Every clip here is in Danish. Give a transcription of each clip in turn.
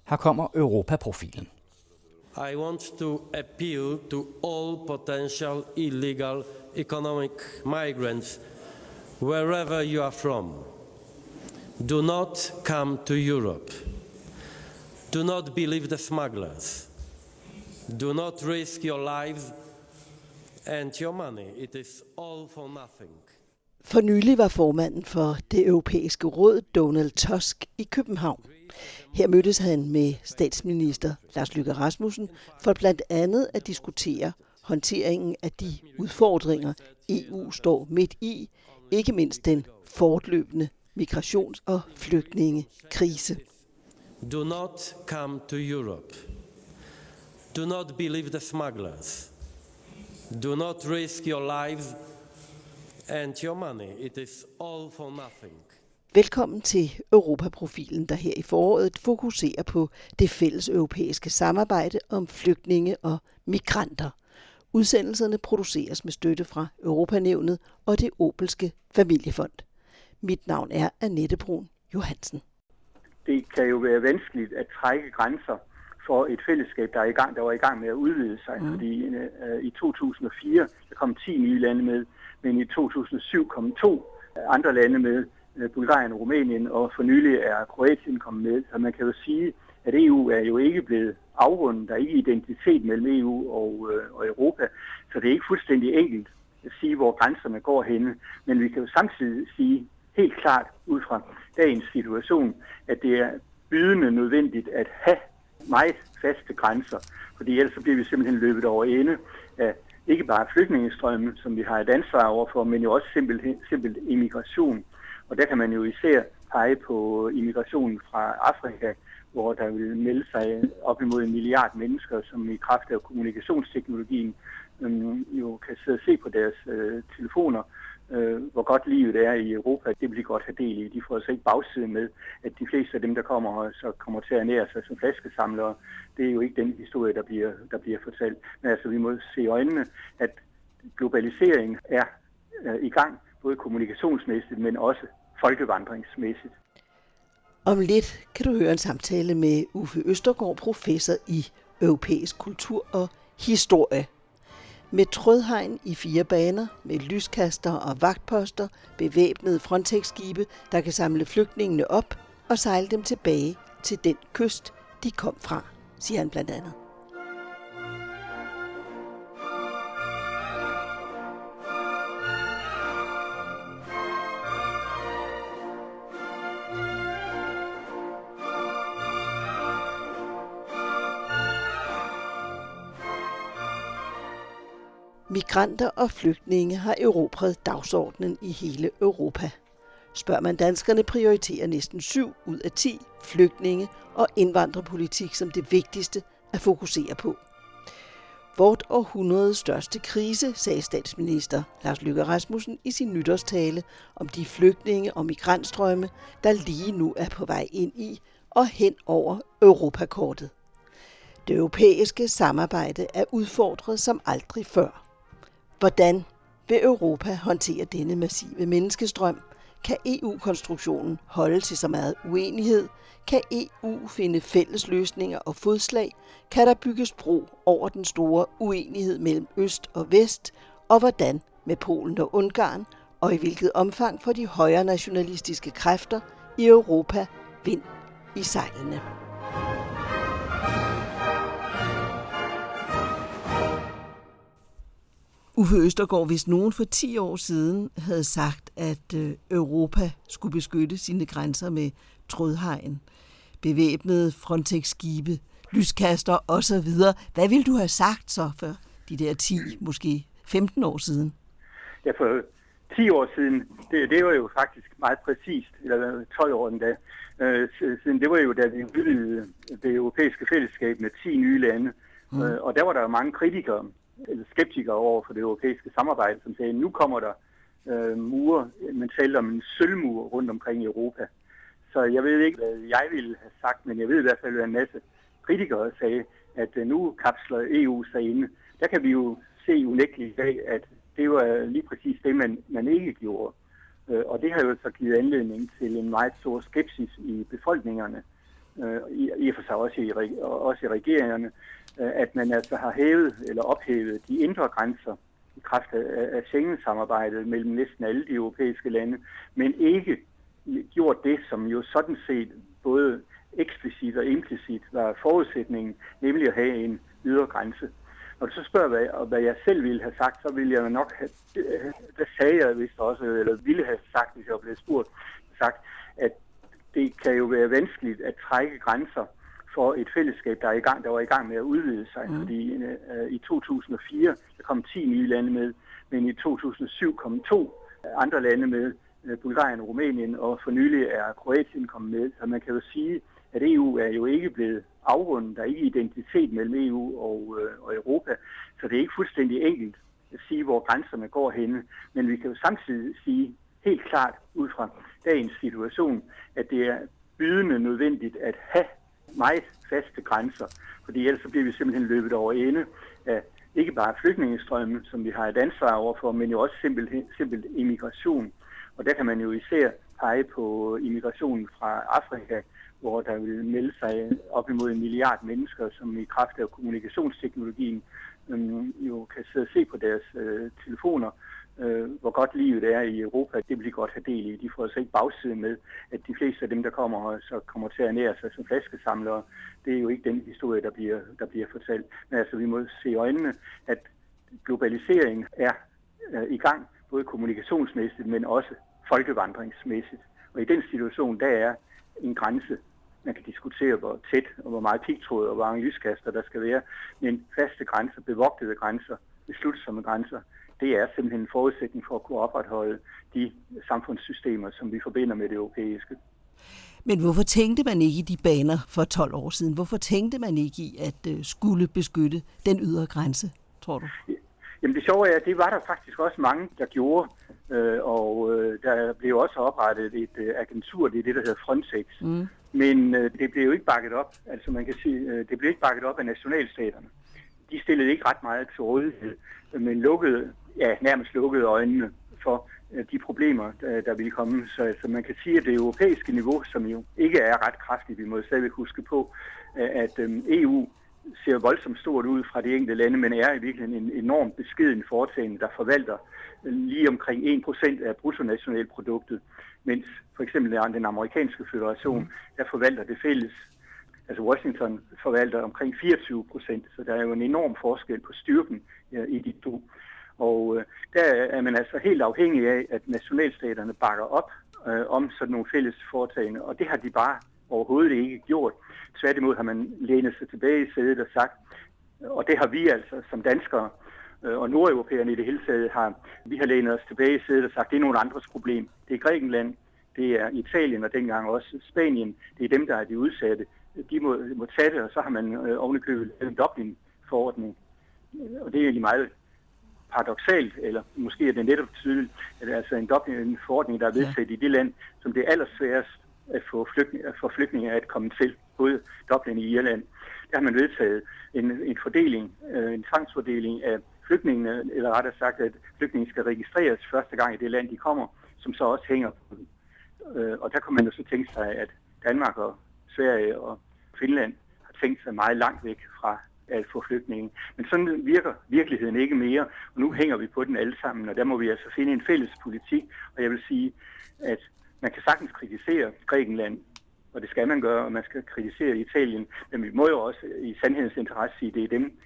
Her kommer Europaprofilen. I want to appeal to all potential illegal economic migrants, wherever you are from. Do not come to Europe. Do not believe the smugglers. Do not risk your lives and your money. It is all for nothing. For nylig var formanden for det europæiske råd, Donald Tusk, i København. Her mødtes han med statsminister Lars Løkke Rasmussen for blandt andet at diskutere håndteringen af de udfordringer, EU står midt i, ikke mindst den fortløbende migrations- og flygtningekrise. Do not come to Europe. Do not believe the smugglers. Do not risk your lives and your money. It is all for nothing. Velkommen til Europaprofilen, der her i foråret fokuserer på det fælles europæiske samarbejde om flygtninge og migranter. Udsendelserne produceres med støtte fra Europanævnet og det Obelske Familiefond. Mit navn er Annette Brun Johansen. Det kan jo være vanskeligt at trække grænser for et fællesskab, der var i gang med at udvide sig. Fordi i 2004 der kom 10 nye lande med, men i 2007 kom 2 andre lande med, Bulgarien og Rumænien, og for nylig er Kroatien kommet med. Så man kan jo sige, at EU er jo ikke blevet afrundet. Der er ikke identitet mellem EU og Europa, så det er ikke fuldstændig enkelt at sige, hvor grænserne går henne. Men vi kan jo samtidig sige helt klart ud fra dagens situation, at det er bydende nødvendigt at have meget faste grænser, fordi ellers så bliver vi simpelthen løbet over ende af ikke bare flygtningestrømme, som vi har et ansvar overfor, men jo også simpelt immigration. Og der kan man jo især pege på immigrationen fra Afrika, hvor der vil melde sig op imod 1 milliard mennesker, som i kraft af kommunikationsteknologien jo kan sidde og se på deres telefoner, hvor godt livet er i Europa. Det vil de godt have del i. De får altså ikke bagsiden med, at de fleste af dem, der kommer, så kommer til at ernære sig som flaskesamlere. Det er jo ikke den historie, der bliver fortalt. Men altså, vi må se i øjnene, at globaliseringen er i gang, både kommunikationsmæssigt, men også folkevandringsmæssigt. Om lidt kan du høre en samtale med Uffe Østergaard, professor i europæisk kultur og historie. Med trådhegn i 4 baner, med lyskaster og vagtposter, bevæbnede Frontex-skibe, der kan samle flygtningene op og sejle dem tilbage til den kyst, de kom fra, siger han blandt andet. Migranter og flygtninge har erobret dagsordenen i hele Europa. Spørger man danskerne, prioriterer næsten 7 ud af 10 flygtninge og indvandrerpolitik som det vigtigste at fokusere på. Vort århundredes største krise, sagde statsminister Lars Løkke Rasmussen i sin nytårstale om de flygtninge og migrantstrømme, der lige nu er på vej ind i og hen over Europakortet. Det europæiske samarbejde er udfordret som aldrig før. Hvordan vil Europa håndtere denne massive menneskestrøm? Kan EU-konstruktionen holde til så meget uenighed? Kan EU finde fælles løsninger og fodslag? Kan der bygges bro over den store uenighed mellem øst og vest? Og hvordan med Polen og Ungarn? Og i hvilket omfang får de højre nationalistiske kræfter i Europa vind i sejlene? Uffe Østergaard, hvis nogen for 10 år siden havde sagt, at Europa skulle beskytte sine grænser med trådhegn, bevæbnede Frontex-skibe, lyskaster osv., hvad ville du have sagt så for de der 10, måske 15 år siden? Ja, for 10 år siden, det var jo faktisk meget præcist, eller 12 år endda, siden det var jo, da vi udvidede det europæiske fællesskab med 10 nye lande, og der var der jo mange kritikere, eller skeptikere over for det europæiske samarbejde, som sagde, nu kommer der mure, man talte om en sølvmur rundt omkring i Europa. Så jeg ved ikke, hvad jeg ville have sagt, men jeg ved i hvert fald, at en masse kritikere sagde, at nu kapsler EU sig inde. Der kan vi jo se unægteligt i dag, at det var lige præcis det, man ikke gjorde. Og det har jo så givet anledning til en meget stor skepsis i befolkningerne. i og for sig også i regeringerne, at man altså har hævet eller ophævet de indre grænser i kraft af Schengen-samarbejdet mellem næsten alle de europæiske lande, men ikke gjort det, som jo sådan set både eksplicit og implicit var forudsætningen, nemlig at have en ydre grænse. Når du så spørger, hvad jeg selv ville have sagt, så ville jeg nok have, hvad sagde jeg vist også, eller ville have sagt, hvis jeg blev spurgt, sagt, at det kan jo være vanskeligt at trække grænser for et fællesskab, der var i gang med at udvide sig. Fordi i 2004 der kom 10 nye lande med, men i 2007 kom 2 andre lande med, Bulgarien og Rumænien, og for nylig er Kroatien kommet med. Så man kan jo sige, at EU er jo ikke blevet afrundet. Der er ikke identitet mellem EU og Europa, så det er ikke fuldstændig enkelt at sige, hvor grænserne går henne. Men vi kan jo samtidig sige helt klart ud fra dagens situation, at det er bydende nødvendigt at have meget faste grænser, fordi ellers så bliver vi simpelthen løbet over ende af ikke bare flygtningestrømme, som vi har et ansvar overfor, men jo også simpelt immigration. Og der kan man jo især pege på immigrationen fra Afrika, hvor der vil melde sig op imod 1 milliard mennesker, som i kraft af kommunikationsteknologien jo kan sidde og se på deres telefoner, hvor godt livet er i Europa. Det vil de godt have del i. De får altså ikke bagsiden med, at de fleste af dem, der kommer, så kommer til at ernære sig som flaskesamlere. Det er jo ikke den historie, der bliver fortalt. Men altså, vi må se i øjnene, at globaliseringen er i gang, både kommunikationsmæssigt, men også folkevandringsmæssigt. Og i den situation, der er en grænse. Man kan diskutere, hvor tæt og hvor meget pigtråd og hvor mange lyskaster der skal være. Men faste grænser, bevogtede grænser, beslutsomme grænser, det er simpelthen en forudsætning for at kunne opretholde de samfundssystemer, som vi forbinder med det europæiske. Men hvorfor tænkte man ikke i de baner for 12 år siden? Hvorfor tænkte man ikke i at skulle beskytte den ydre grænse, tror du? Jamen det sjove er, at det var der faktisk også mange, der gjorde. Og der blev også oprettet et agentur, det er det, der hedder Frontex. Men det blev jo ikke bakket op. Altså man kan sige, det blev ikke bakket op af nationalstaterne. De stillede ikke ret meget til rådighed, men nærmest lukkede øjnene for de problemer, der ville komme. Så man kan sige, at det europæiske niveau, som jo ikke er ret kraftigt, vi må stadigvæk huske på, at EU ser voldsomt stort ud fra de enkelte lande, men er i virkeligheden en enormt beskeden foretagende, der forvalter lige omkring 1% af bruttonationalproduktet, mens for eksempel den amerikanske føderation, der forvalter det fælles. Altså Washington forvalter omkring 24%, så der er jo en enorm forskel på styrken i de to. Og der er man altså helt afhængig af, at nationalstaterne bakker op om sådan nogle fælles foretagende, og det har de bare overhovedet ikke gjort. Tværtimod har man lænet sig tilbage i sædet og sagt, og det har vi altså som danskere og nordeuropæerne i det hele taget, vi har lænet os tilbage i sædet og sagt, det er nogle andres problem. Det er Grækenland, det er Italien og dengang også Spanien, det er dem, der er de udsatte. De må tage det, og så har man ovenikøbet en Dublin-forordning. Og det er egentlig meget paradoksalt, eller måske er det netop tydeligt, at det er altså en Dublin-forordning, der er vedtaget i det land, som det er allersværest at få flygtninge at komme til, både Dublin i Irland. Der har man vedtaget en fordeling, en tvangsfordeling af flygtningene, eller rettere sagt, at flygtninge skal registreres første gang i det land, de kommer, som så også hænger på dem. Og der kan man jo så tænke sig, at Danmark og Sverige og Finland har tænkt sig meget langt væk fra at få flygtninge. Men sådan virker virkeligheden ikke mere, og nu hænger vi på den alle sammen, og der må vi altså finde en fælles politik. Og jeg vil sige, at man kan sagtens kritisere Grækenland, og det skal man gøre, og man skal kritisere Italien, men vi må jo også i sandhedens interesse sige, det er dem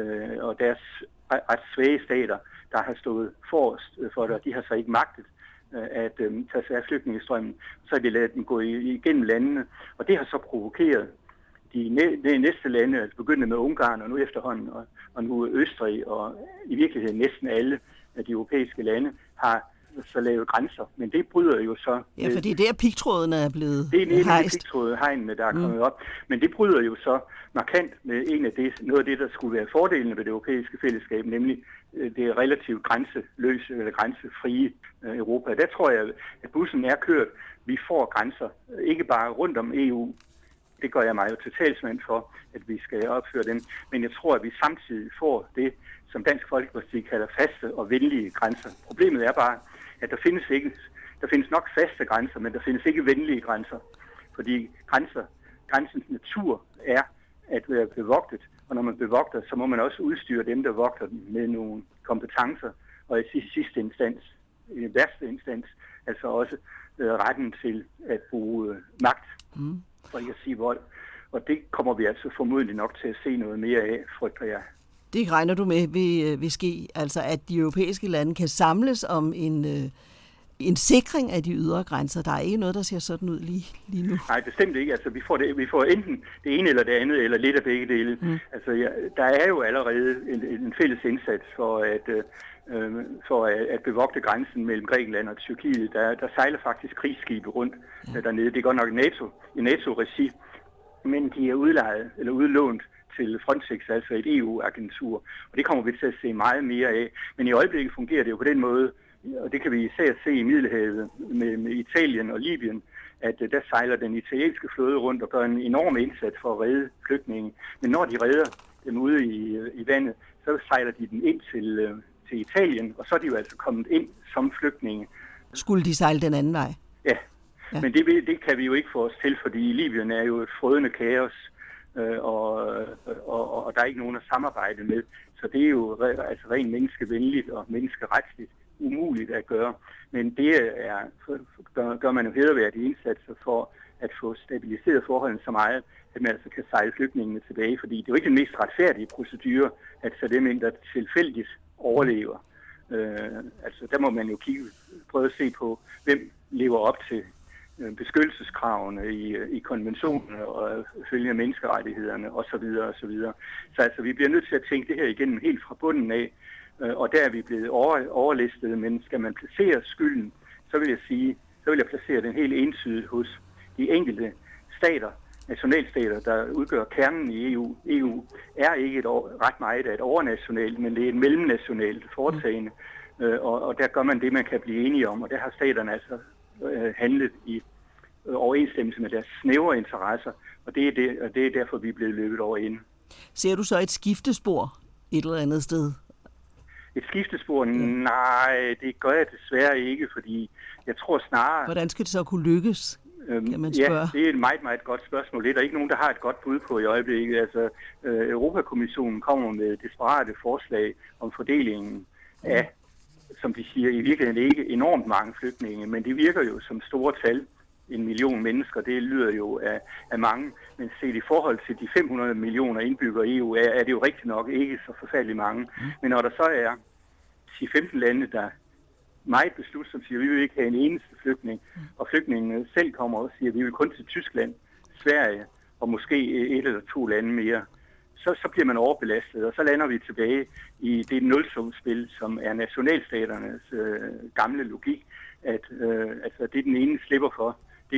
og deres ret svage stater, der har stået forrest for det, og de har så ikke magtet at tage sig af flygtningestrømmen, så har de ladet dem gå igennem landene, og det har så provokeret de næste lande, altså begyndende med Ungarn og nu efterhånden, og nu Østrig, og i virkeligheden næsten alle af de europæiske lande har så lavet grænser, men det bryder jo så... Ja, for det er der pigtrådene er blevet hejst. Det er pigtrådhegnene, der er kommet op, men det bryder jo så markant med noget af det, der skulle være fordelene ved det europæiske fællesskab, nemlig det relativt grænseløse eller grænsefrie Europa. Der tror jeg, at bussen er kørt. Vi får grænser, ikke bare rundt om EU. Det gør jeg mig jo til talsmand for, at vi skal opføre dem. Men jeg tror, at vi samtidig får det, som Dansk Folkeparti kalder faste og venlige grænser. Problemet er bare, at der findes nok faste grænser, men der findes ikke venlige grænser. Fordi grænser Grænsens natur er at være bevogtet, og når man bevogter, så må man også udstyre dem, der vogter den, med nogle kompetencer, og i sidste instans, i værste instans, altså også retten til at bruge magt, for ikke at sige vold. Og det kommer vi altså formodentlig nok til at se noget mere af, frygter jeg. Det regner du med vil ske, altså at de europæiske lande kan samles om en sikring af de ydre grænser. Der er ikke noget, der ser sådan ud lige nu. Nej, bestemt ikke. Altså, vi får enten det ene eller det andet, eller lidt af begge dele. Altså, der er jo allerede en fælles indsats for at bevogte grænsen mellem Grækenland og Tyrkiet. Der sejler faktisk krigsskibe rundt dernede. Det er godt nok i NATO-regi, men de er udlejet eller udlånt til Frontex, altså et EU-agentur. Og det kommer vi til at se meget mere af. Men i øjeblikket fungerer det jo på den måde, og det kan vi især se i Middelhavet med Italien og Libyen, at der sejler den italienske flåde rundt og gør en enorm indsats for at redde flygtninge. Men når de redder dem ude i vandet, så sejler de dem ind til Italien, og så er de jo altså kommet ind som flygtninge. Skulle de sejle den anden vej? Ja. Men det kan vi jo ikke få os til, fordi Libyen er jo et frødende kaos, og der er ikke nogen at samarbejde med. Så det er jo altså rent menneskevenligt og menneskeretsligt umuligt at gøre. Men det gør man jo hæderværdige indsatser for at få stabiliseret forholdene så meget, at man altså kan sejle flygtningene tilbage. Fordi det er jo ikke den mest retfærdige procedure, at tage dem ind, der tilfældigt overlever. Altså der må man jo prøve at se på, hvem lever op til beskyttelseskravene i konventionerne og følge menneskerettighederne osv. osv. Så altså vi bliver nødt til at tænke det her igennem helt fra bunden af, og der er vi blevet overlistet, men skal man placere skylden, så vil jeg placere den helt entydigt hos de enkelte stater, nationalstater, der udgør kernen i EU. EU er ikke ret meget af et overnationalt, men det er et mellemnationalt foretagende, og der gør man det, man kan blive enige om, og der har staterne altså handlet i overensstemmelse med deres snævre interesser, og det er derfor, vi er blevet løbet over ende. Ser du så et skiftespor et eller andet sted? Et skiftespor? Nej, det gør jeg desværre ikke, fordi jeg tror snarere... Hvordan skal det så kunne lykkes, kan man spørge? Ja, det er et meget, meget godt spørgsmål. Det er der ikke nogen, der har et godt bud på i øjeblikket. Altså, Europakommissionen kommer med desperate forslag om fordelingen af, som de siger, i virkeligheden ikke enormt mange flygtninge, men det virker jo som store tal. 1 million mennesker, det lyder jo af mange, men set i forhold til de 500 millioner indbyggere i EU, er det jo rigtig nok ikke så forfærdeligt mange. Men når der så er 10-15 lande, der meget beslutsomt siger, at vi vil ikke have en eneste flygtning, og flygtningene selv kommer og siger, at vi vil kun til Tyskland, Sverige og måske 1 eller 2 lande mere, så bliver man overbelastet, og så lander vi tilbage i det nulsumsspil, som er nationalstaternes gamle logik, at altså det den ene slipper for,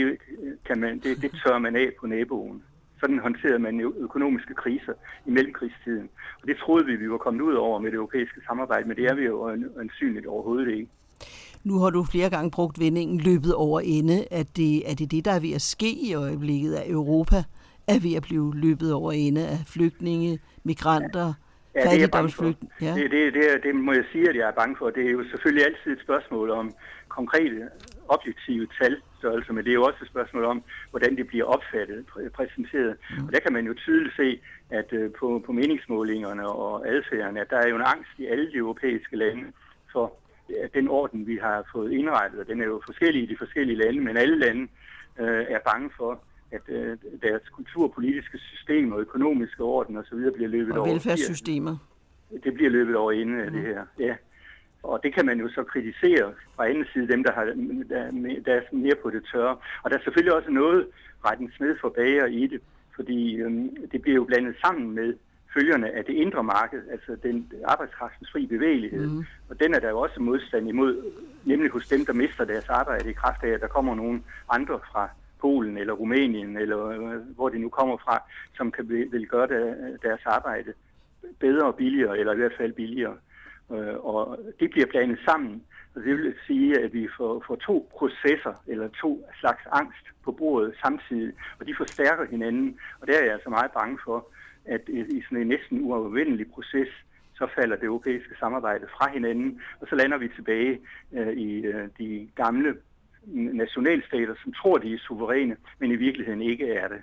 det tørrer man af på naboen. Sådan håndterede man økonomiske kriser i mellemkrigstiden. Og det troede vi var kommet ud over med det europæiske samarbejde, men det er vi jo ansynligt overhovedet ikke. Nu har du flere gange brugt vendingen løbet over ende. Er det, der er ved at ske i øjeblikket, at Europa er ved at blive løbet over ende af flygtninge, migranter, fattigdomsflygtninge? Ja. Det må jeg sige, at jeg er bange for. Det er jo selvfølgelig altid et spørgsmål om konkrete, objektive talstørrelser, men det er jo også et spørgsmål om, hvordan det bliver opfattet, præsenteret. Og der kan man jo tydeligt se, at på meningsmålingerne og adfærden, at der er jo en angst i alle de europæiske lande for at den orden, vi har fået indrettet, og den er jo forskellig i de forskellige lande, men alle lande er bange for, at deres kulturpolitiske system og økonomiske orden osv. bliver løbet over. Og velfærdssystemer. Det bliver løbet over ende af det her, ja. Og det kan man jo så kritisere fra anden side, dem der er mere på det tørre. Og der er selvfølgelig også noget retten smed for bager i det, fordi det bliver jo blandet sammen med følgerne af det indre marked, altså den arbejdskraftens fri bevægelighed. Og den er der jo også modstand imod, nemlig hos dem, der mister deres arbejde i kraft af, at der kommer nogen andre fra Polen eller Rumænien, eller hvor de nu kommer fra, som vil gøre deres arbejde bedre og billigere, eller i hvert fald billigere. Og det bliver blandet sammen. Og det vil sige, at vi får 2 processer, eller 2 slags angst på bordet samtidig, og de forstærker hinanden. Og der er jeg altså meget bange for, at i sådan en næsten uovervindelig proces, så falder det europæiske samarbejde fra hinanden, og så lander vi tilbage i de gamle nationalstater, som tror, de er suveræne, men i virkeligheden ikke er det.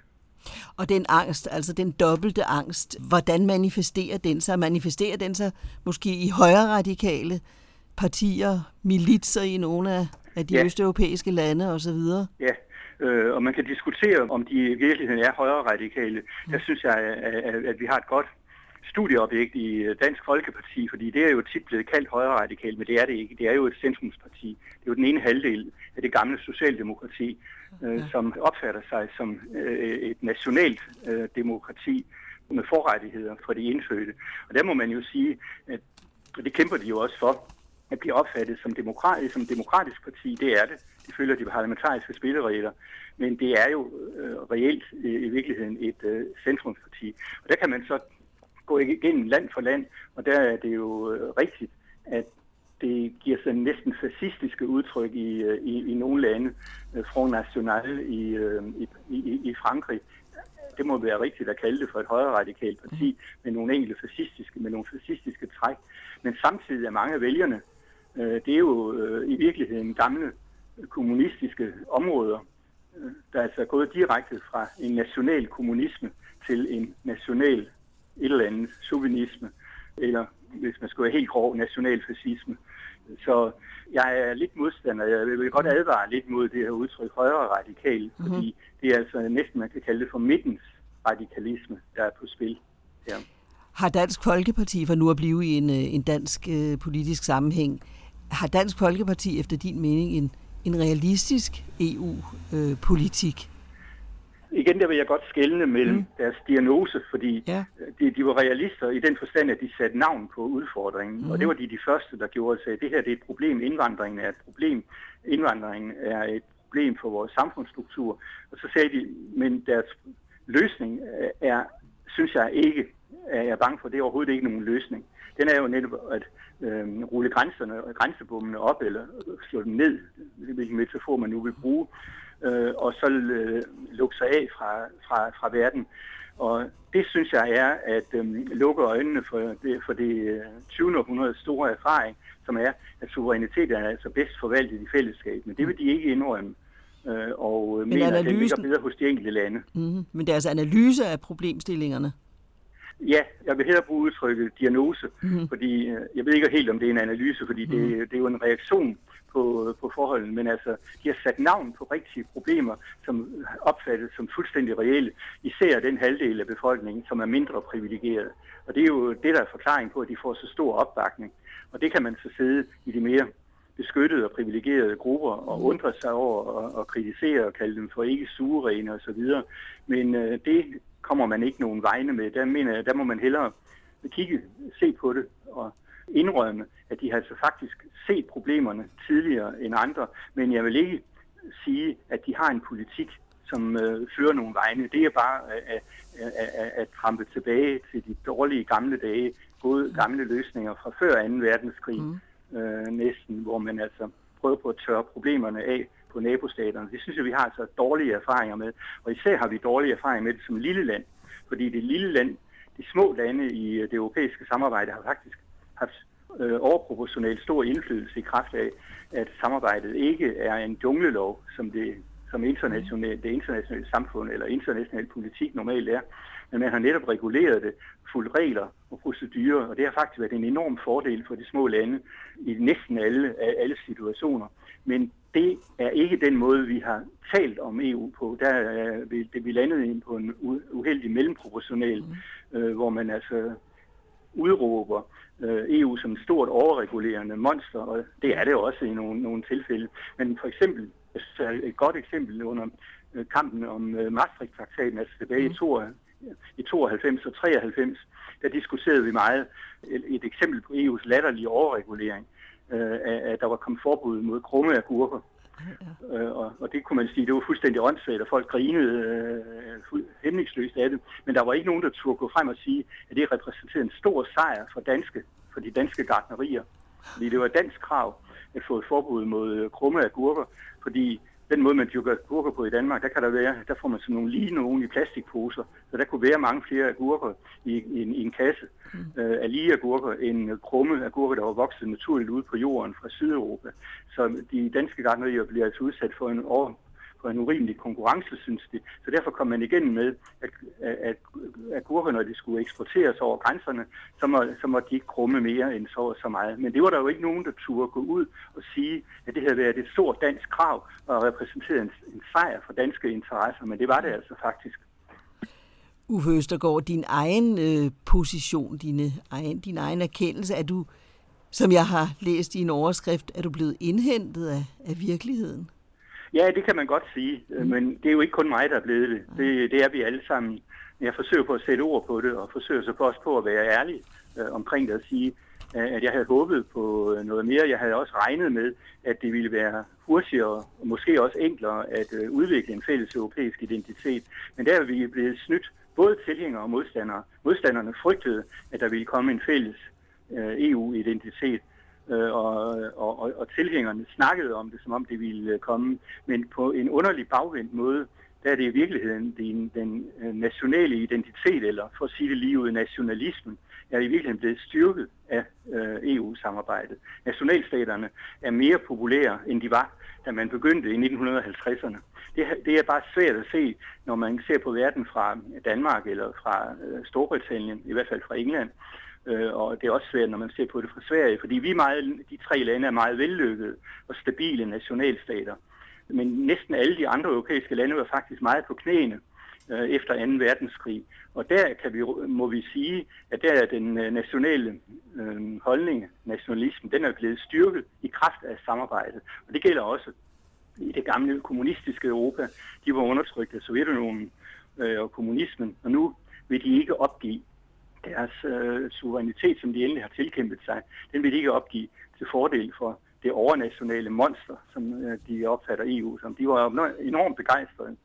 Og den angst, altså den dobbelte angst, hvordan manifesterer den sig? Manifesterer den sig måske i højre radikale partier, militser i nogle af de østeuropæiske lande osv.? Ja, og man kan diskutere, om de i virkeligheden er højre radikale. Der synes jeg, at vi har et godt studieobjekt i Dansk Folkeparti, fordi det er jo tit blevet kaldt højre radikale, men det er det ikke. Det er jo et centrumsparti. Det er jo den ene halvdel af det gamle socialdemokrati, som opfatter sig som et nationalt demokrati med forrettigheder for de indfødte. Og der må man jo sige, at det kæmper de jo også for, at blive opfattet som demokratisk parti. Det er det. De følger de parlamentariske spilleregler. Men det er jo reelt i virkeligheden et centrumsparti. Og der kan man så gå igennem land for land, og der er det jo rigtigt, at det giver sig næsten fascistiske udtryk i nogle lande. Front National i Frankrig. Det må være rigtigt at kalde det for et højre radikalt parti, med nogle fascistiske træk. Men samtidig er mange af vælgerne, det er jo i virkeligheden gamle kommunistiske områder, der altså er gået direkte fra en national kommunisme til en national et eller andet chauvinisme, eller hvis man skulle være helt grov, nationalfascisme. Så jeg er lidt modstander. Jeg vil godt advare lidt mod det her udtryk højre radikal, fordi det er altså næsten, man kan kalde det for midtens radikalisme, der er på spil her. Har Dansk Folkeparti, for nu at blive i en dansk politisk sammenhæng, har Dansk Folkeparti efter din mening en realistisk EU-politik? Igen, der vil jeg godt skelne mellem deres diagnose, fordi de var realister i den forstand, at de satte navn på udfordringen. Og det var de første, der gjorde sig. Det her det er et problem. Indvandringen er et problem. Indvandringen er et problem for vores samfundsstruktur. Og så sagde de, men deres løsning er, synes jeg ikke, er jeg bange for, det er overhovedet ikke nogen løsning. Den er jo netop at rulle grænsebommene op, eller slå dem ned, hvilken metafor man nu vil bruge, og så lukke sig af fra verden. Og det synes jeg er at lukke øjnene for det 20. århundredes store erfaring, som er, at suverænitet er altså bedst forvaltet i fællesskab. Men det vil de ikke indrømme, og mener, at det ligger bedre hos de enkelte lande. Men det er altså analyse af problemstillingerne? Ja, jeg vil hellere bruge udtrykket diagnose, fordi jeg ved ikke helt, om det er en analyse, fordi det er jo en reaktion på forholdene, men altså, de har sat navn på rigtige problemer, som opfattes som fuldstændig reelle, især den halvdel af befolkningen, som er mindre privilegeret. Og det er jo det, der er forklaring på, at de får så stor opbakning. Og det kan man så sidde i de mere beskyttede og privilegerede grupper og undre sig over og kritisere og kalde dem for ikke suveræne osv. Men det kommer man ikke nogen vegne med. Der mener jeg, der må man hellere se på det og indrømme, at de har altså faktisk set problemerne tidligere end andre, men jeg vil ikke sige, at de har en politik, som fører nogle vegne. Det er bare at trampe tilbage til de dårlige gamle dage, gode gamle løsninger fra før 2. verdenskrig næsten, hvor man altså prøver på at tørre problemerne af på nabostaterne. Det synes jeg, vi har altså dårlige erfaringer med, og især har vi dårlige erfaringer med det som lille land, fordi det lille land, de små lande i det europæiske samarbejde har faktisk haft overproportionalt stor indflydelse i kraft af, at samarbejdet ikke er en junglelov, som det internationale samfund eller international politik normalt er, men man har netop reguleret det, fulgt regler og procedurer, og det har faktisk været en enorm fordel for de små lande i næsten alle situationer. Men det er ikke den måde, vi har talt om EU på. Der er vi landet ind på en uheldig mellemproportional, hvor man altså udråber EU som et stort overregulerende monster, og det er det også i nogle tilfælde. Men for eksempel, et godt eksempel under kampen om Maastricht-traktaten, altså tilbage i 92 og 93, der diskuterede vi meget et eksempel på EU's latterlige overregulering, at der var kommet forbud mod krumme agurker. Og det kunne man sige, det var fuldstændig åndssvagt, og folk grinede hæmningsløst af det. Men der var ikke nogen, der turde gå frem og sige, at det repræsenterede en stor sejr for de danske gartnerier. Fordi det var et dansk krav at få et forbud mod krumme agurker, fordi den måde, man dyrker agurker på i Danmark, der får man sådan nogle i plastikposer, så der kunne være mange flere agurker i en kasse af lige agurker end krumme agurker, der var vokset naturligt ude på jorden fra Sydeuropa. Så de danske gartnerier bliver altså udsat for på en urimelig konkurrence, synes de. Så derfor kom man igennem med, at agurker, når de skulle eksporteres over grænserne, så må de ikke krumme mere end så meget. Men det var der jo ikke nogen, der turde gå ud og sige, at det havde været et stort dansk krav og repræsenteret en sejr for danske interesser, men det var det altså faktisk. Uffe Østergaard, din egen position, din egen erkendelse, er du, som jeg har læst i en overskrift, er du blevet indhentet af virkeligheden? Ja, det kan man godt sige, men det er jo ikke kun mig, der er blevet det. Det er vi alle sammen. Jeg forsøger på at sætte ord på det, og forsøger så også på at være ærlig omkring det og sige, at jeg havde håbet på noget mere. Jeg havde også regnet med, at det ville være hurtigere og måske også enklere at udvikle en fælles europæisk identitet. Men der er vi blevet snydt, både tilhængere og modstandere. Modstanderne frygtede, at der ville komme en fælles EU-identitet, og tilhængerne snakkede om det, som om det ville komme. Men på en underlig bagvendt måde, der er det i virkeligheden den nationale identitet, eller for at sige det lige ud, nationalismen, er i virkeligheden blevet styrket af EU-samarbejdet. Nationalstaterne er mere populære, end de var, da man begyndte i 1950'erne. Det er bare svært at se, når man ser på verden fra Danmark eller fra Storbritannien, i hvert fald fra England. Og det er også svært, når man ser på det fra Sverige, fordi de 3 lande er meget vellykkede og stabile nationalstater. Men næsten alle de andre europæiske lande var faktisk meget på knæene efter 2. verdenskrig. Og der må vi sige, at der er den nationale holdning, nationalismen, den er blevet styrket i kraft af samarbejdet. Og det gælder også i det gamle kommunistiske Europa. De var undertrykt af Sovjetunionen og kommunismen, og nu vil de ikke opgive deres suverænitet, som de endelig har tilkæmpet sig. Den vil de ikke opgive til fordel for det overnationale monster, som de opfatter EU som. De var enormt begejstrede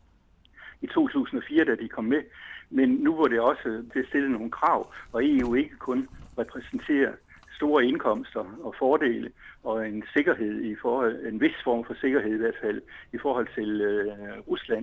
i 2004, da de kom med, men nu hvor det også blev stillet nogle krav, og EU ikke kun repræsenterer store indkomster og fordele og en sikkerhed en vis form for sikkerhed i hvert fald i forhold til Rusland,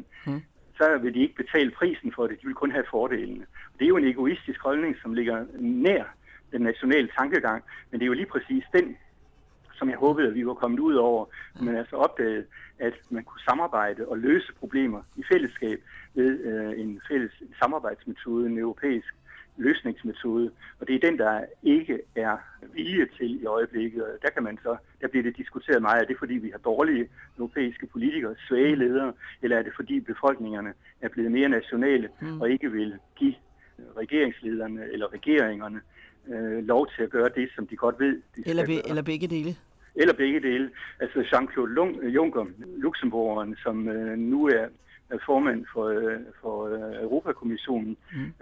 så vil de ikke betale prisen for det. De vil kun have fordelene. Og det er jo en egoistisk holdning, som ligger nær den nationale tankegang, men det er jo lige præcis den, som jeg håbede, at vi var kommet ud over, men altså opdaget, at man kunne samarbejde og løse problemer i fællesskab ved en fælles samarbejdsmetode, en europæisk løsningsmetode, og det er den, der ikke er vilje til i øjeblikket. Og der bliver det diskuteret meget. Er det, fordi vi har dårlige europæiske politikere, svage ledere, eller er det, fordi befolkningerne er blevet mere nationale og ikke vil give regeringslederne eller regeringerne lov til at gøre det, som de godt ved, de skal gøre. Eller begge dele. Eller begge dele. Altså Jean-Claude Juncker, Luxembourgeren, som nu er formand for Europakommissionen,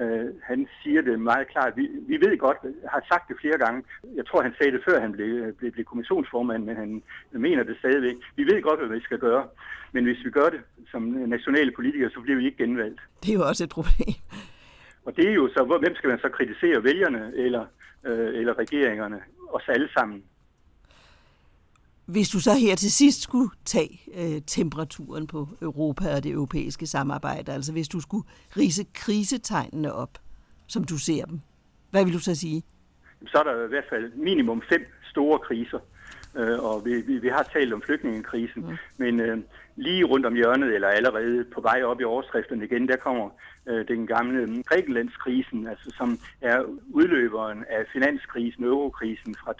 han siger det meget klart. Vi ved godt, har sagt det flere gange. Jeg tror, han sagde det før, han blev kommissionsformand, men han mener det stadigvæk. Vi ved godt, hvad vi skal gøre, men hvis vi gør det som nationale politikere, så bliver vi ikke genvalgt. Det er jo også et problem. Og det er jo så, hvem skal man så kritisere, vælgerne eller regeringerne? Os alle sammen. Hvis du så her til sidst skulle tage temperaturen på Europa og det europæiske samarbejde, altså hvis du skulle ridse krisetegnene op, som du ser dem, hvad vil du så sige? Så er der i hvert fald minimum 5 store kriser, og vi har talt om flygtningekrisen, men lige rundt om hjørnet, eller allerede på vej op i overskrifterne igen, der kommer den gamle Grækenlandskrisen, altså som er udløberen af finanskrisen, eurokrisen fra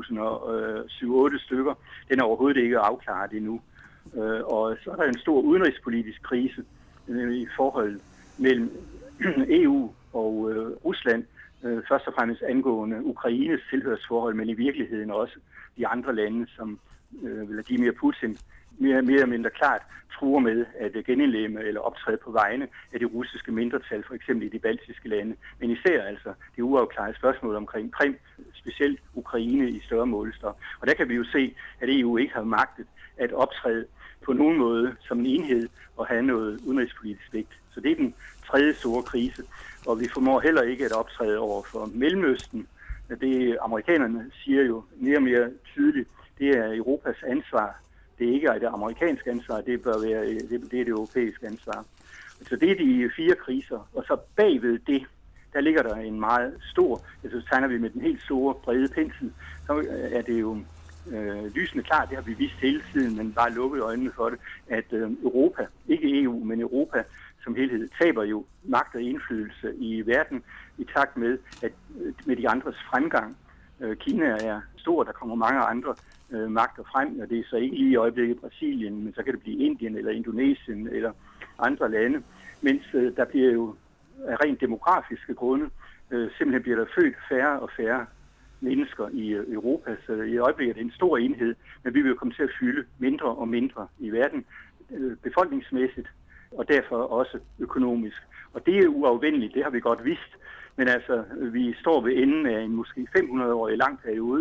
2007-8 stykker. Den er overhovedet ikke afklaret endnu. Og så er der en stor udenrigspolitisk krise i forhold mellem EU og Rusland, først og fremmest angående Ukraines tilhørsforhold, men i virkeligheden også de andre lande, som Vladimir Putin mere eller mindre klart truer med at genindlemme eller optræde på vegne af det russiske mindretal, for eksempel i de baltiske lande. Men især altså det uafklarede spørgsmål omkring Krim, specielt Ukraine i større målestok. Og der kan vi jo se, at EU ikke har magtet at optræde på nogen måde som en enhed og have noget udenrigspolitisk vægt. Så det er den 3. store krise. Og vi formår heller ikke at optræde over for Mellemøsten. Det amerikanerne siger jo mere og mere tydeligt, det er Europas ansvar. Det er ikke det amerikanske ansvar, det bør være det europæiske ansvar. Så det er de 4 kriser, og så bagved det, der ligger der en meget stor, altså tegner vi med den helt store brede pensel, så er det jo lysende klart, det har vi vist hele tiden, men bare lukket øjnene for det, at Europa, ikke EU, men Europa som helhed, taber jo magt og indflydelse i verden i takt med, at med de andres fremgang. Kina er stor, der kommer mange andre magter frem, og det er så ikke lige i øjeblikket Brasilien, men så kan det blive Indien eller Indonesien eller andre lande, mens der bliver jo af rent demografiske grunde, simpelthen bliver der født færre og færre mennesker i Europa, så i øjeblikket er det en stor enhed, men vi vil jo komme til at fylde mindre og mindre i verden, befolkningsmæssigt, og derfor også økonomisk. Og det er uafvendeligt, det har vi godt vidst, men altså, vi står ved enden af en måske 500-årig lang periode,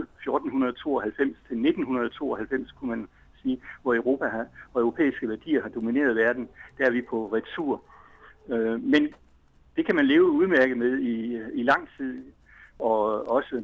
1492 til 1992, kunne man sige, hvor Europa og europæiske værdier har domineret verden. Der er vi på retur. Men det kan man leve udmærket med i lang tid, og også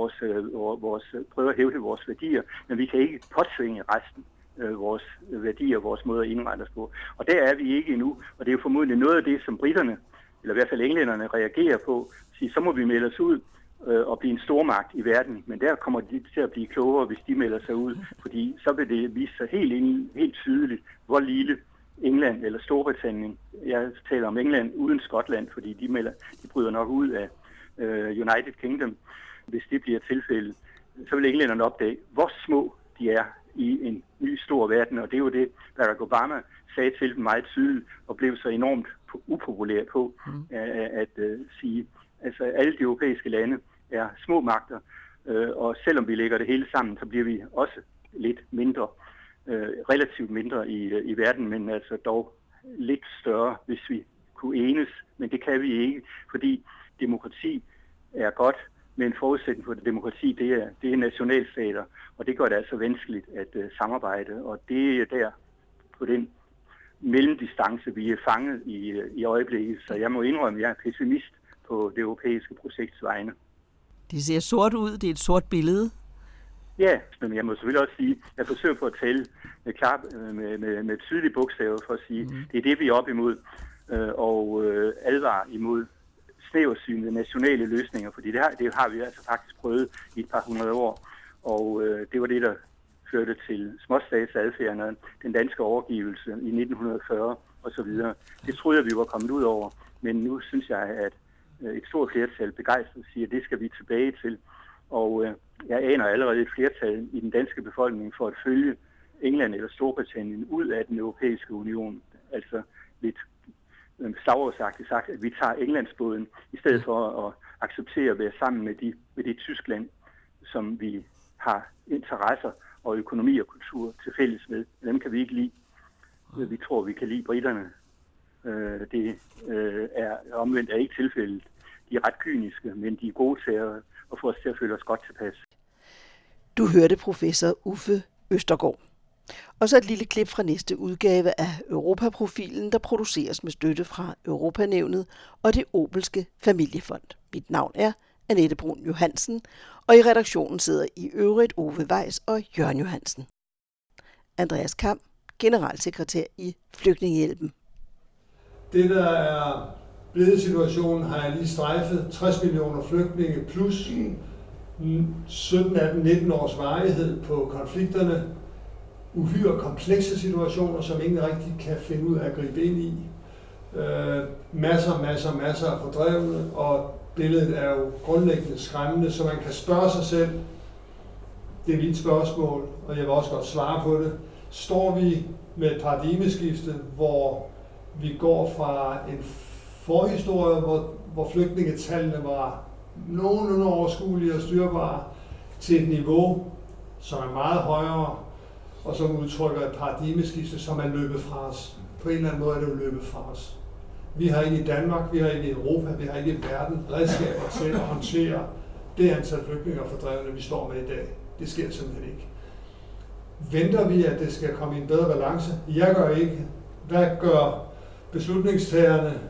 prøve at hævde vores værdier, men vi kan ikke påtvinge resten vores værdier, vores måde at indrette os på. Og der er vi ikke endnu, og det er jo formodentlig noget af det, som britterne, eller i hvert fald englænderne, reagerer på. Så må vi melde os ud og blive en stormagt i verden, men der kommer de til at blive klogere, hvis de melder sig ud, fordi så vil det vise sig helt tydeligt, hvor lille England eller Storbritannien, jeg taler om England uden Skotland, fordi de bryder nok ud af United Kingdom, hvis det bliver tilfældet, så vil englænderne opdage, hvor små de er i en ny stor verden, og det er jo det, Barack Obama sagde til dem meget tydeligt, og blev så enormt upopulær på at sige, altså alle de europæiske lande er små magter, og selvom vi lægger det hele sammen, så bliver vi også lidt mindre, relativt mindre i verden, men altså dog lidt større, hvis vi kunne enes, men det kan vi ikke, fordi demokrati er godt, men forudsætning for demokrati, det er nationalstater, og det gør det altså vanskeligt at samarbejde, og det er der på den mellemdistance, vi er fanget i øjeblikket, så jeg må indrømme, at jeg er pessimist på det europæiske projekts vegne. Det ser sort ud, det er et sort billede. Ja, men jeg må selvfølgelig også sige, at jeg forsøger på at tale med tydelige bogstaver for at sige, det er det, vi er op imod, og advarer imod snæversynede nationale løsninger, fordi det har vi altså faktisk prøvet i et par hundrede år, og det var det, der førte til småstatsadfærden og den danske overgivelse i 1940 osv. Det troede jeg, vi var kommet ud over, men nu synes jeg, at et stort flertal begejstret siger, at det skal vi tilbage til, og jeg aner allerede et flertal i den danske befolkning for at følge England eller Storbritannien ud af den europæiske union, altså lidt slagordsagtigt sagt, at vi tager Englandsbåden, i stedet for at acceptere at være sammen med det Tyskland, som vi har interesser og økonomi og kultur til fælles med. Dem kan vi ikke lide. Vi tror, vi kan lide britterne. Det er omvendt er ikke tilfældet. De er ret kyniske, men de er gode til at få os til at føle os godt tilpas. Du hørte professor Uffe Østergaard. Og så et lille klip fra næste udgave af Europaprofilen, der produceres med støtte fra Europanævnet og det Obelske Familiefond. Mit navn er Annette Brun Johansen, og i redaktionen sidder i øvrigt Ove Weiss og Jørgen Johansen. Andreas Kamm, generalsekretær i Flygtningehjælpen. Det, der er blevet situationen, har jeg lige strejfet. 60 millioner flygtninge plus 17, 18, 19 års varighed på konflikterne. Uhyre komplekse situationer, som ingen rigtig kan finde ud af at gribe ind i. Masser af fordrevne, og billedet er jo grundlæggende skræmmende, så man kan spørge sig selv, det er mit spørgsmål, og jeg vil også godt svare på det. Står vi med et paradigmeskifte, hvor vi går fra en forhistorie, hvor flygtningetallene var nogenlunde overskuelige og styrbare, til et niveau, som er meget højere, og som udtrykker et paradigmeskifte, som er løbet fra os. På en eller anden måde er det jo løbet fra os. Vi har ikke i Danmark, vi har ikke i Europa, vi har ikke i verden redskaber til at håndtere det antal flygtninge og fordrevne, vi står med i dag. Det sker simpelthen ikke. Venter vi, at det skal komme i en bedre balance? Jeg gør ikke. Hvad gør beslutningstagerne?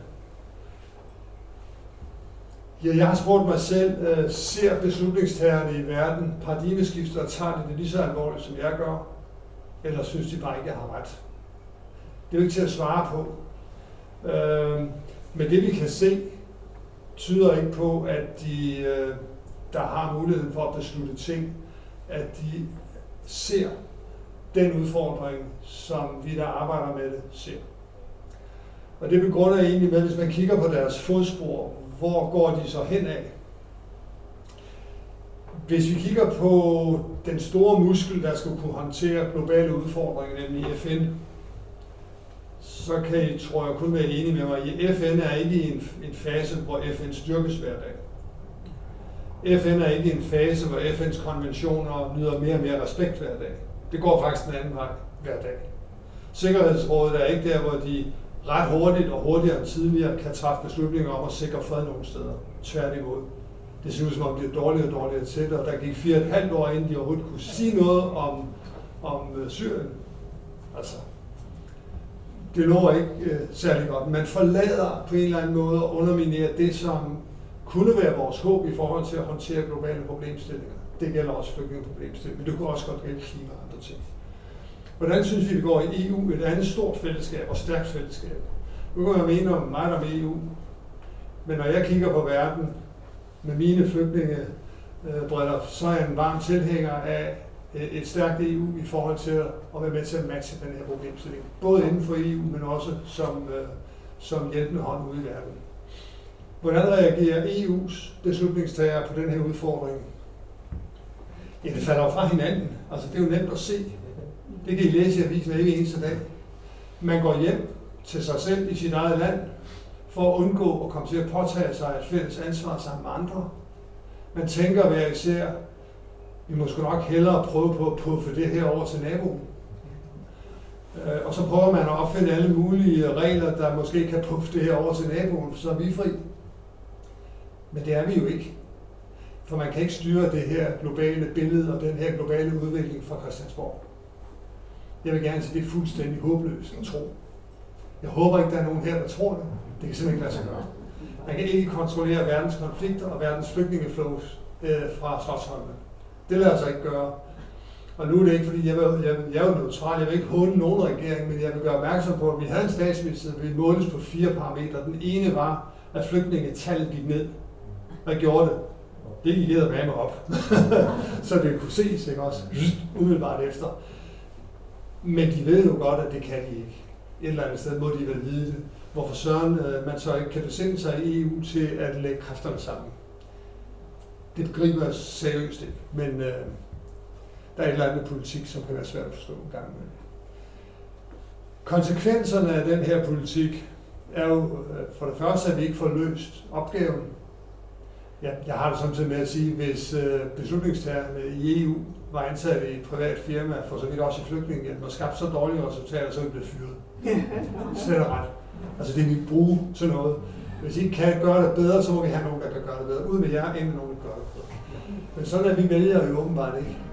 Ja, jeg har spurgt mig selv, ser beslutningstagerne i verden paradigmeskifter, og tager det lige så alvorligt, som jeg gør? Eller synes de bare ikke, jeg har ret? Det er jo ikke til at svare på. Men det vi kan se, tyder ikke på, at de, der har muligheden for at beslutte ting, at de ser den udfordring, som vi, der arbejder med det, ser. Og det begrunder egentlig med, hvis man kigger på deres fodspor, hvor går de så hen af? Hvis vi kigger på den store muskel, der skal kunne håndtere globale udfordringer, nemlig FN, så kan I, tror jeg, kun være enige med mig, at FN er ikke i en fase, hvor FN styrkes hver dag. FN er ikke i en fase, hvor FN's konventioner nyder mere og mere respekt hver dag. Det går faktisk den anden vej hver dag. Sikkerhedsrådet er ikke der, hvor de ret hurtigt og hurtigere end tidligere kan træffe beslutninger om at sikre fred nogle steder. Tværtimod. Det ser ud som om, det er dårligere og dårligere til det, og der gik 4,5 år, inden de overhovedet kunne sige noget om Syrien. Altså, det lover ikke særlig godt. Man forlader på en eller anden måde at underminere det, som kunne være vores håb i forhold til at håndtere globale problemstillinger. Det gælder også flygtningeproblemstillinger, men det kunne også godt gælde klima og andre ting. Hvordan synes vi, det går i EU, et andet stort fællesskab og stærkt fællesskab? Nu kan man mene om meget om EU, men når jeg kigger på verden med mine flygtningebriller, så er jeg en varm tilhænger af et stærkt EU i forhold til at være med til at matche den her problemstilling. Både inden for EU, men også som hjælpende hånd ude i verden. Hvordan reagerer EU's beslutningstagere på den her udfordring? Ja, det falder jo fra hinanden. Altså, det er jo nemt at se. Det kan I læse i avisen hver eneste dag. Man går hjem til sig selv i sit eget land, for at undgå at komme til at påtage sig et fælles ansvar sammen med andre. Man tænker hver især, vi må sgu nok hellere prøve på at puffe det her over til naboen. Og så prøver man at opfinde alle mulige regler, der måske kan puffe det her over til naboen, så er vi fri. Men det er vi jo ikke. For man kan ikke styre det her globale billede og den her globale udvikling fra Christiansborg. Jeg vil gerne sige, det er fuldstændig håbløst at tro. Jeg håber ikke, der er nogen her, der tror det. Det kan simpelthen ikke lade sig gøre. Man kan ikke kontrollere verdens konflikter og verdens flygtningeflows fra Slotsholmen. Det lader sig ikke gøre. Og nu er det ikke, fordi jeg er jo neutral, jeg vil ikke håne nogen regering, men jeg vil gøre opmærksom på, at vi havde en statsminister, vi måles på 4 parametre. Den ene var, at flygtningetallet gik ned. Hvad gjorde det? Det gik med op. Så det kunne ses, ikke også? Umiddelbart efter. Men de ved jo godt, at det kan de ikke. Et eller andet sted må de vel vide det. Hvorfor søren man så ikke kan besinde sig i EU til at lægge kræfterne sammen. Det begriber jeg seriøst ikke. Men der er et eller andet politik, som kan være svært at forstå en gang med. Konsekvenserne af den her politik er jo for det første, at vi ikke får løst opgaven. Jeg har det samtidig med at sige, hvis beslutningstagerne i EU var ansat i et privat firma, for så vidt også i flygtningehjælp, og skabte så dårlige resultater, så ville det blive fyret. Slet og ret. Altså det vi bruge til noget. Hvis I ikke kan gøre det bedre, så må vi have nogen, der kan gøre det bedre. Ud med jer, inden nogen gør det bedre. Men sådan at vi vælger jo åbenbart ikke.